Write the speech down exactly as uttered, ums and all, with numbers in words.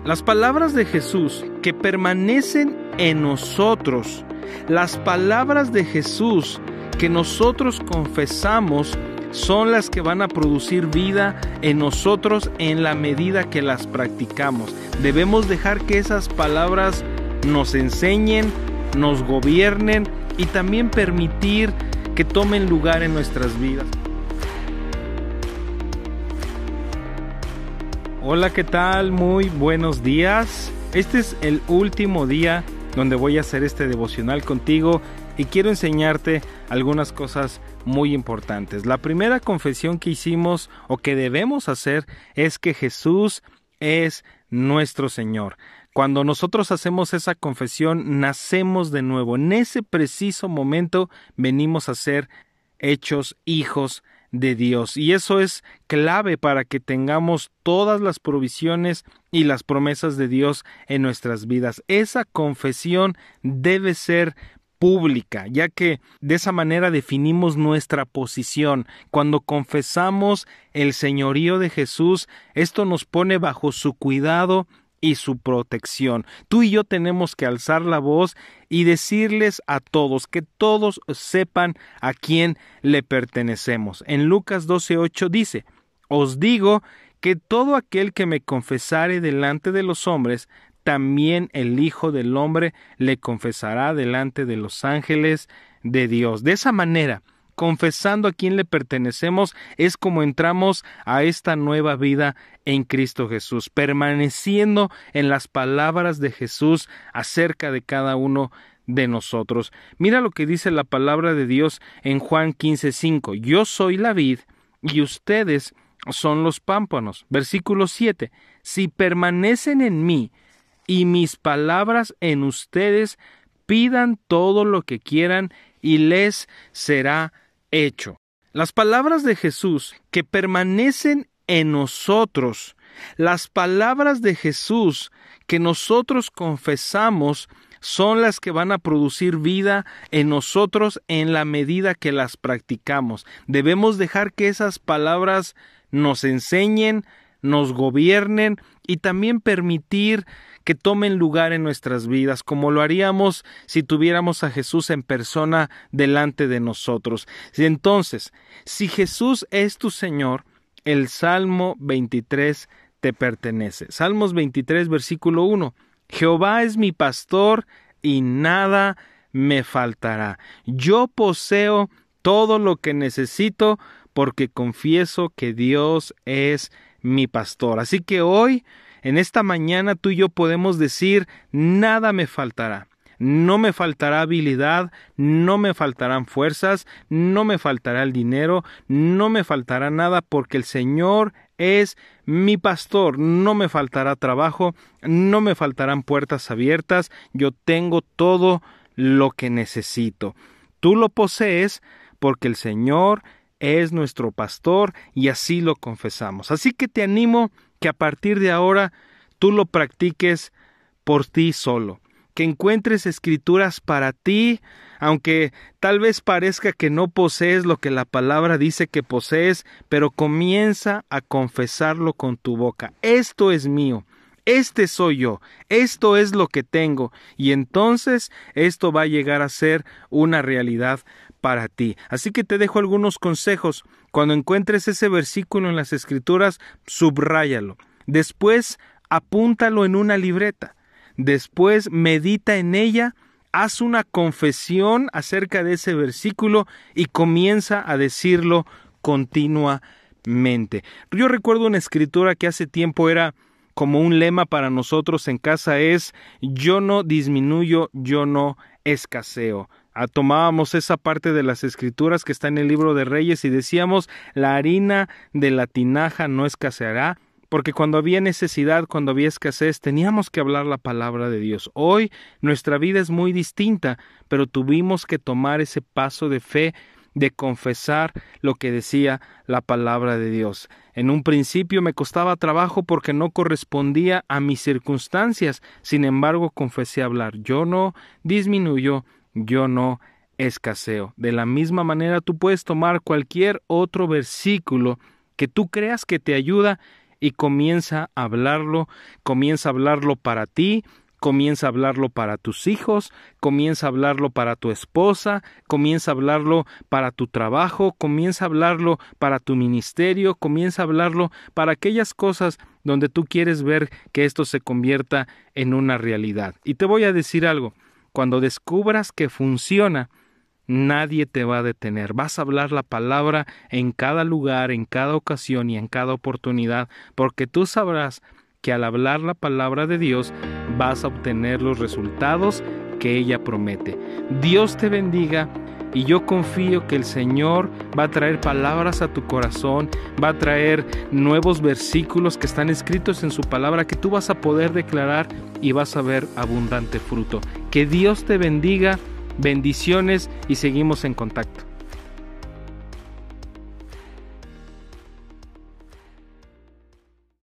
Las palabras de Jesús que permanecen en nosotros, las palabras de Jesús que nosotros confesamos, son las que van a producir vida en nosotros en la medida que las practicamos. Debemos dejar que esas palabras nos enseñen, nos gobiernen y también permitir que tomen lugar en nuestras vidas. Hola, ¿qué tal? Muy buenos días. Este es el último día donde voy a hacer este devocional contigo y quiero enseñarte algunas cosas muy importantes. La primera confesión que hicimos o que debemos hacer es que Jesús es nuestro Señor. Cuando nosotros hacemos esa confesión, nacemos de nuevo. En ese preciso momento venimos a ser hechos hijos de Dios. Y eso es clave para que tengamos todas las provisiones y las promesas de Dios en nuestras vidas. Esa confesión debe ser pública, ya que de esa manera definimos nuestra posición. Cuando confesamos el señorío de Jesús, esto nos pone bajo su cuidado y su protección. Tú y yo tenemos que alzar la voz y decirles a todos, que todos sepan a quién le pertenecemos. En Lucas doce ocho dice: Os digo que todo aquel que me confesare delante de los hombres, también el Hijo del Hombre le confesará delante de los ángeles de Dios. De esa manera, confesando a quién le pertenecemos, es como entramos a esta nueva vida en Cristo Jesús, permaneciendo en las palabras de Jesús acerca de cada uno de nosotros. Mira lo que dice la palabra de Dios en Juan quince cinco: Yo soy la vid y ustedes son los pámpanos. Versículo siete: Si permanecen en mí y mis palabras en ustedes, pidan todo lo que quieran y les será hecho. Las palabras de Jesús que permanecen en nosotros, las palabras de Jesús que nosotros confesamos, son las que van a producir vida en nosotros en la medida que las practicamos. Debemos dejar que esas palabras nos enseñen, nos gobiernen y también permitir que tomen lugar en nuestras vidas, como lo haríamos si tuviéramos a Jesús en persona delante de nosotros. Entonces, si Jesús es tu Señor, el Salmo veintitrés te pertenece. Salmos veintitrés, versículo uno: Jehová es mi pastor y nada me faltará. Yo poseo todo lo que necesito porque confieso que Dios es mi pastor. Así que hoy, en esta mañana, tú y yo podemos decir: nada me faltará. No me faltará habilidad, no me faltarán fuerzas, no me faltará el dinero, no me faltará nada porque el Señor es mi pastor. No me faltará trabajo, no me faltarán puertas abiertas. Yo tengo todo lo que necesito. Tú lo posees porque el Señor es nuestro pastor y así lo confesamos. Así que te animo que a partir de ahora tú lo practiques por ti solo, que encuentres escrituras para ti, aunque tal vez parezca que no posees lo que la palabra dice que posees, pero comienza a confesarlo con tu boca. Esto es mío, este soy yo, esto es lo que tengo, y entonces esto va a llegar a ser una realidad para ti. Así que te dejo algunos consejos. Cuando encuentres ese versículo en las Escrituras, subráyalo. Después, apúntalo en una libreta. Después, medita en ella, haz una confesión acerca de ese versículo y comienza a decirlo continuamente. Yo recuerdo una escritura que hace tiempo era como un lema para nosotros en casa, es: yo no disminuyo, yo no escaseo. Ah, tomábamos esa parte de las escrituras que está en el libro de Reyes y decíamos: la harina de la tinaja no escaseará, porque cuando había necesidad, cuando había escasez, teníamos que hablar la palabra de Dios. Hoy nuestra vida es muy distinta, pero tuvimos que tomar ese paso de fe, de confesar lo que decía la palabra de Dios. En un principio me costaba trabajo porque no correspondía a mis circunstancias. Sin embargo, confesé hablar: yo no disminuyo, yo no escaseo. De la misma manera, tú puedes tomar cualquier otro versículo que tú creas que te ayuda y comienza a hablarlo, comienza a hablarlo para ti, comienza a hablarlo para tus hijos, comienza a hablarlo para tu esposa, comienza a hablarlo para tu trabajo, comienza a hablarlo para tu ministerio, comienza a hablarlo para aquellas cosas donde tú quieres ver que esto se convierta en una realidad. Y te voy a decir algo, cuando descubras que funciona, nadie te va a detener. Vas a hablar la palabra en cada lugar, en cada ocasión y en cada oportunidad, porque tú sabrás que al hablar la palabra de Dios vas a obtener los resultados que ella promete. Dios te bendiga y yo confío que el Señor va a traer palabras a tu corazón, va a traer nuevos versículos que están escritos en su palabra que tú vas a poder declarar y vas a ver abundante fruto. Que Dios te bendiga, bendiciones y seguimos en contacto.